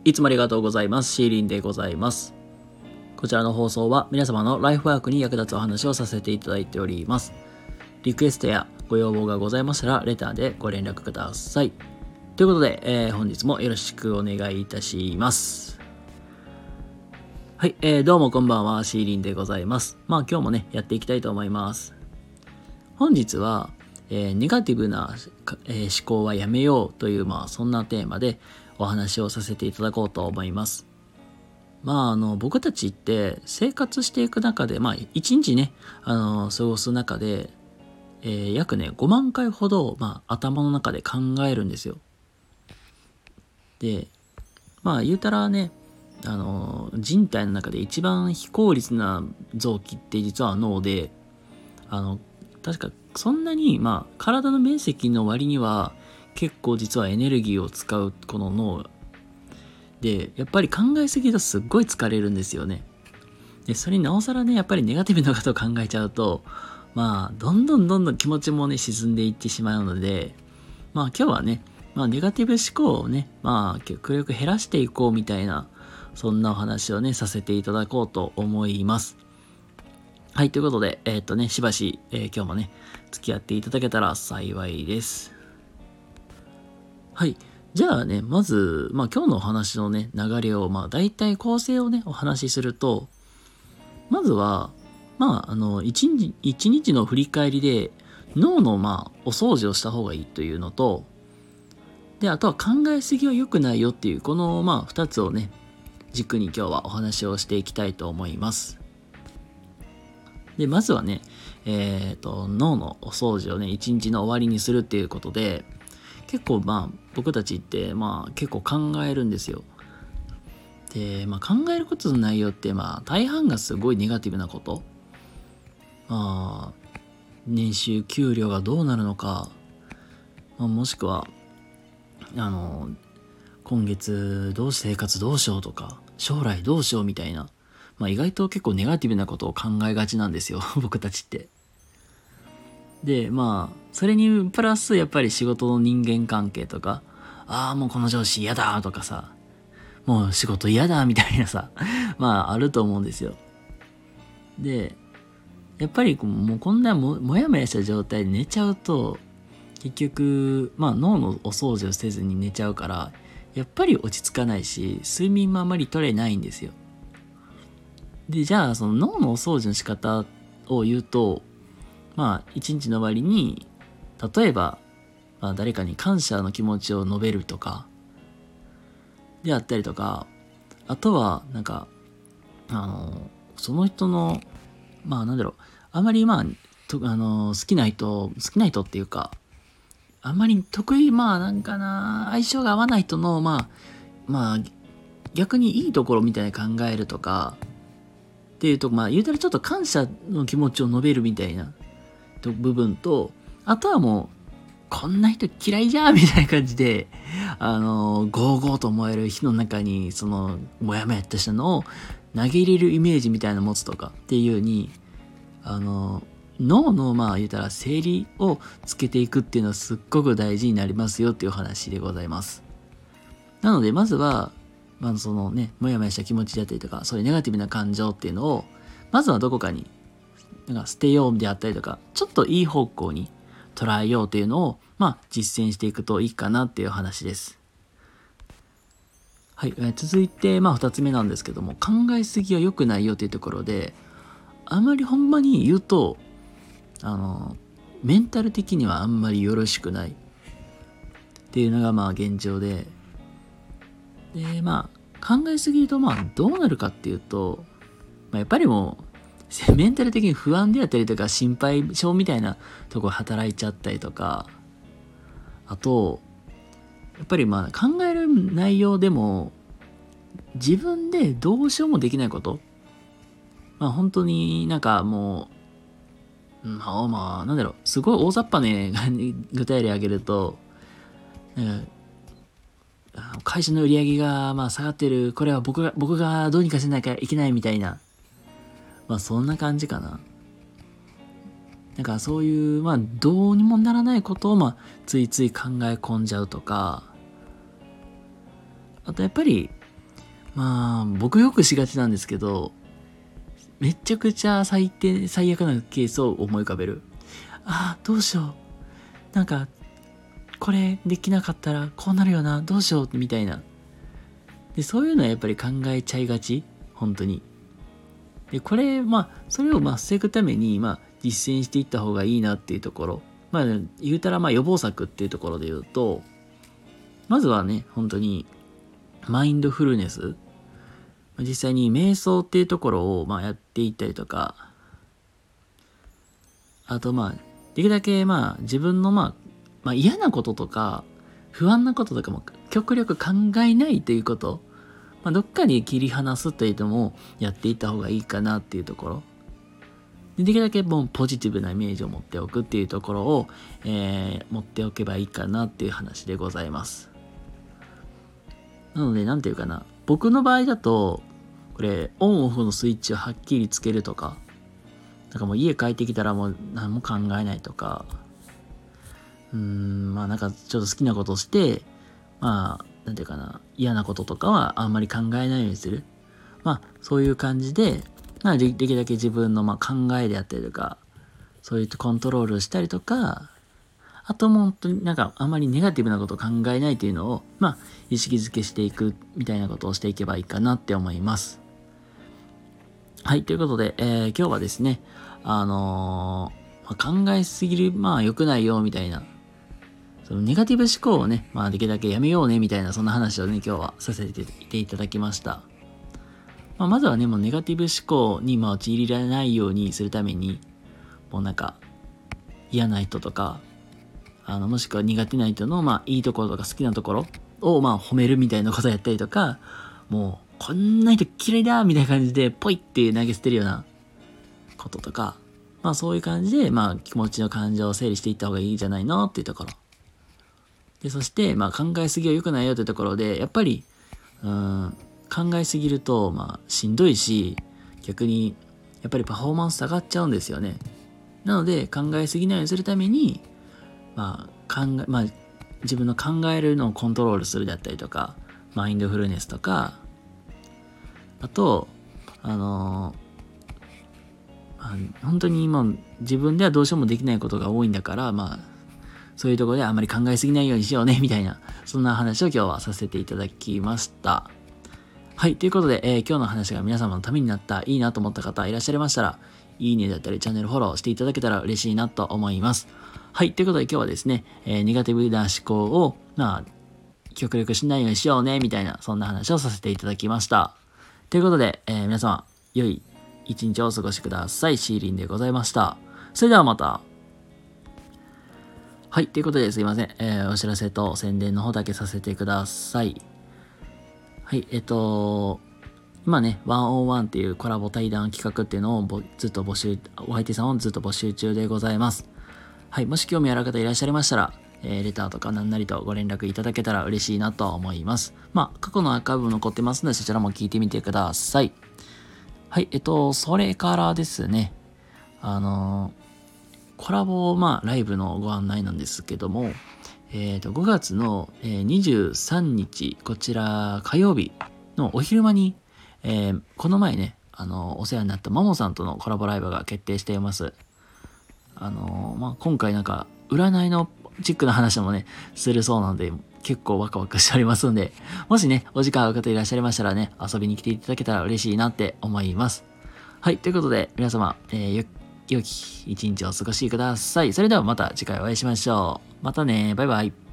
いつもありがとうございます。シーリンでございます。こちらの放送は皆様のライフワークに役立つお話をさせていただいております。リクエストやご要望がございましたらレターでご連絡ください。ということで、本日もよろしくお願いいたします。はい、どうもこんばんは、シーリンでございます。今日もね、やっていきたいと思います。本日は、ネガティブな、思考はやめようという、そんなテーマでお話をさせていただこうと思います。僕たちって生活していく中で、一日ね、過ごす中で、約ね、5万回ほど、頭の中で考えるんですよ。で、言うたらね、人体の中で一番非効率な臓器って実は脳で、確かそんなに、体の面積の割には結構実はエネルギーを使うこの脳で、やっぱり考えすぎるとすっごい疲れるんですよね。で、それになおさらね、やっぱりネガティブなことを考えちゃうと、どんどん気持ちもね、沈んでいってしまうので、今日はね、ネガティブ思考をね、極力減らしていこうみたいな、そんなお話をね、させていただこうと思います。はい、ということで、しばし、今日もね、付き合っていただけたら幸いです。はい。じゃあね、まず、今日のお話のね、流れを、大体構成をね、お話しすると、まずは、一日の振り返りで、脳の、お掃除をした方がいいというのと、で、あとは考えすぎは良くないよっていう、この、二つをね、軸に今日はお話をしていきたいと思います。で、まずはね、脳のお掃除をね、一日の終わりにするっていうことで、結構僕たちって結構考えるんですよ。で、考えることの内容って大半がすごいネガティブなこと。年収給料がどうなるのか、もしくは今月生活どうしようとか、将来どうしようみたいな、意外と結構ネガティブなことを考えがちなんですよ僕たちって。でそれにプラスやっぱり仕事の人間関係とか、もうこの上司嫌だとかさ、もう仕事嫌だみたいなさあると思うんですよ。でやっぱりもうこんなもやもやした状態で寝ちゃうと、結局脳のお掃除をせずに寝ちゃうから、やっぱり落ち着かないし、睡眠もあまり取れないんですよ。でじゃあその脳のお掃除の仕方を言うと、一日の終わりに例えば、誰かに感謝の気持ちを述べるとかであったりとか、あとはその人のあまり好きな人っていうか、あんまり得意相性が合わない人の逆にいいところみたいに考えるとかっていうと、言うたらちょっと感謝の気持ちを述べるみたいな部分と、あとはもうこんな人嫌いじゃんみたいな感じでゴーゴーと思える日の中にそのモヤモヤとしたのを投げ入れるイメージみたいなの持つとかっていう風に、脳の言うたら整理をつけていくっていうのはすっごく大事になりますよっていう話でございます。なのでまずはそのね、モヤモヤした気持ちであったりとか、そういうネガティブな感情っていうのをまずはどこかに捨てようであったりとか、ちょっといい方向に捉えようというのを実践していくといいかなっていう話です。はい、続いて2つ目なんですけども、考えすぎは良くないよというところで、あまりほんまに言うとメンタル的にはあんまりよろしくないっていうのが現状で、考えすぎるとどうなるかっていうと、やっぱりもうメンタル的に不安であったりとか、心配性みたいなとこ働いちゃったりとか、あとやっぱり考える内容でも自分でどうしようもできないこと、本当にもうすごい大雑把ね具体例挙げると、会社の売り上げが下がってる、これは僕がどうにかしなきゃいけないみたいな、そんな感じかな。そういうどうにもならないことをついつい考え込んじゃうとか、あとやっぱりまあ、僕よくしがちなんですけど、めちゃくちゃ最悪なケースを思い浮かべる。ああ、どうしよう。なんか、これできなかったらこうなるよな、どうしよう、みたいな。で、そういうのはやっぱり考えちゃいがち。本当に。で、これ、それを防ぐために、実践していった方がいいなっていうところ。言うたら、予防策っていうところで言うと、まずはね、本当に、マインドフルネス。実際に瞑想っていうところを、やっていったりとか、あと、できるだけ、自分の、嫌なこととか、不安なこととかも極力考えないということ。どっかに切り離すというのもやっていった方がいいかなっていうところ。できるだけもうポジティブなイメージを持っておくっていうところを、持っておけばいいかなっていう話でございます。なので、なんていうかな。僕の場合だと、これ、オンオフのスイッチをはっきりつけるとか、もう家帰ってきたらもう何も考えないとか、ちょっと好きなことをして、なんていうかな、嫌なこととかはあんまり考えないようにする。そういう感じで、できるだけ自分の考えであったりとか、そういうコントロールをしたりとか、あともう本当にあんまりネガティブなことを考えないというのを、意識づけしていくみたいなことをしていけばいいかなって思います。はい、ということで、今日はですね、考えすぎる、良くないよみたいな、そのネガティブ思考をね、できるだけやめようねみたいな、そんな話をね、今日はさせていただきました。まずはね、もうネガティブ思考に陥りられないようにするために、もう嫌な人とか、もしくは苦手な人の、いいところとか好きなところを、褒めるみたいなことやったりとか、もう、こんな人嫌いだみたいな感じで、ポイって投げ捨てるようなこととか、そういう感じで、気持ちの感情を整理していった方がいいんじゃないのっていうところ。で、そして、考えすぎは良くないよというところで、やっぱり、考えすぎると、しんどいし、逆に、やっぱりパフォーマンス下がっちゃうんですよね。なので、考えすぎないようにするために、自分の考えるのをコントロールするだったりとか、マインドフルネスとか、あと、本当に今、自分ではどうしようもできないことが多いんだから、そういうところであまり考えすぎないようにしようね、みたいな、そんな話を今日はさせていただきました。はい、ということで、今日の話が皆様のためになった、いいなと思った方いらっしゃいましたら、いいねだったりチャンネルフォローしていただけたら嬉しいなと思います。はい、ということで今日はですね、ネガティブな思考を、極力しないようにしようね、みたいな、そんな話をさせていただきました。ということで、皆様、良い一日をお過ごしください。シーリンでございました。それではまた。はい、ということですいません。お知らせと宣伝の方だけさせてください。はい、今ね、101っていうコラボ対談企画っていうのをずっとお相手さんをずっと募集中でございます。はい、もし興味ある方いらっしゃいましたら、レターとか何なりとご連絡いただけたら嬉しいなと思います。過去のアーカイブ残ってますので、そちらも聞いてみてください。はい、それからですね、コラボ、ライブのご案内なんですけども、5月の23日、こちら火曜日のお昼間に、この前ね、お世話になったマモさんとのコラボライブが決定しています。今回占いのチックな話もね、するそうなので、結構ワクワクしておりますので、もしね、お時間ある方いらっしゃいましたらね、遊びに来ていただけたら嬉しいなって思います。はい、ということで、皆様、良き一日をお過ごしください。それではまた次回お会いしましょう。またね、バイバイ。